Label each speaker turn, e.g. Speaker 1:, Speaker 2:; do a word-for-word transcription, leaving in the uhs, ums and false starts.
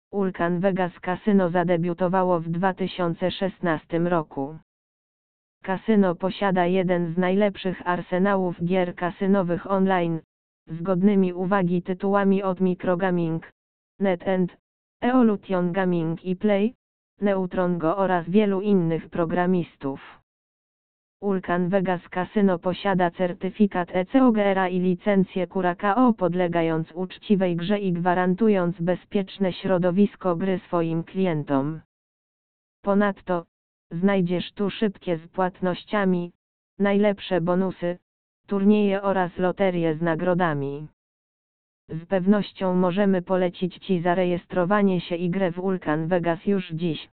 Speaker 1: Ulcan Vegas Casino zadebiutowało w dwa tysiące szesnastym roku. Kasyno posiada jeden z najlepszych arsenałów gier kasynowych online, z godnymi uwagi tytułami od Microgaming, NetEnt, Evolution Gaming i Play, Neutron Go oraz wielu innych programistów. Ulcan Vegas Casino posiada certyfikat E C O G R A i licencję Curacao, podlegając uczciwej grze i gwarantując bezpieczne środowisko gry swoim klientom. Ponadto, znajdziesz tu szybkie z płatnościami, najlepsze bonusy, turnieje oraz loterie z nagrodami. Z pewnością możemy polecić Ci zarejestrowanie się i grę w Ulcan Vegas już dziś.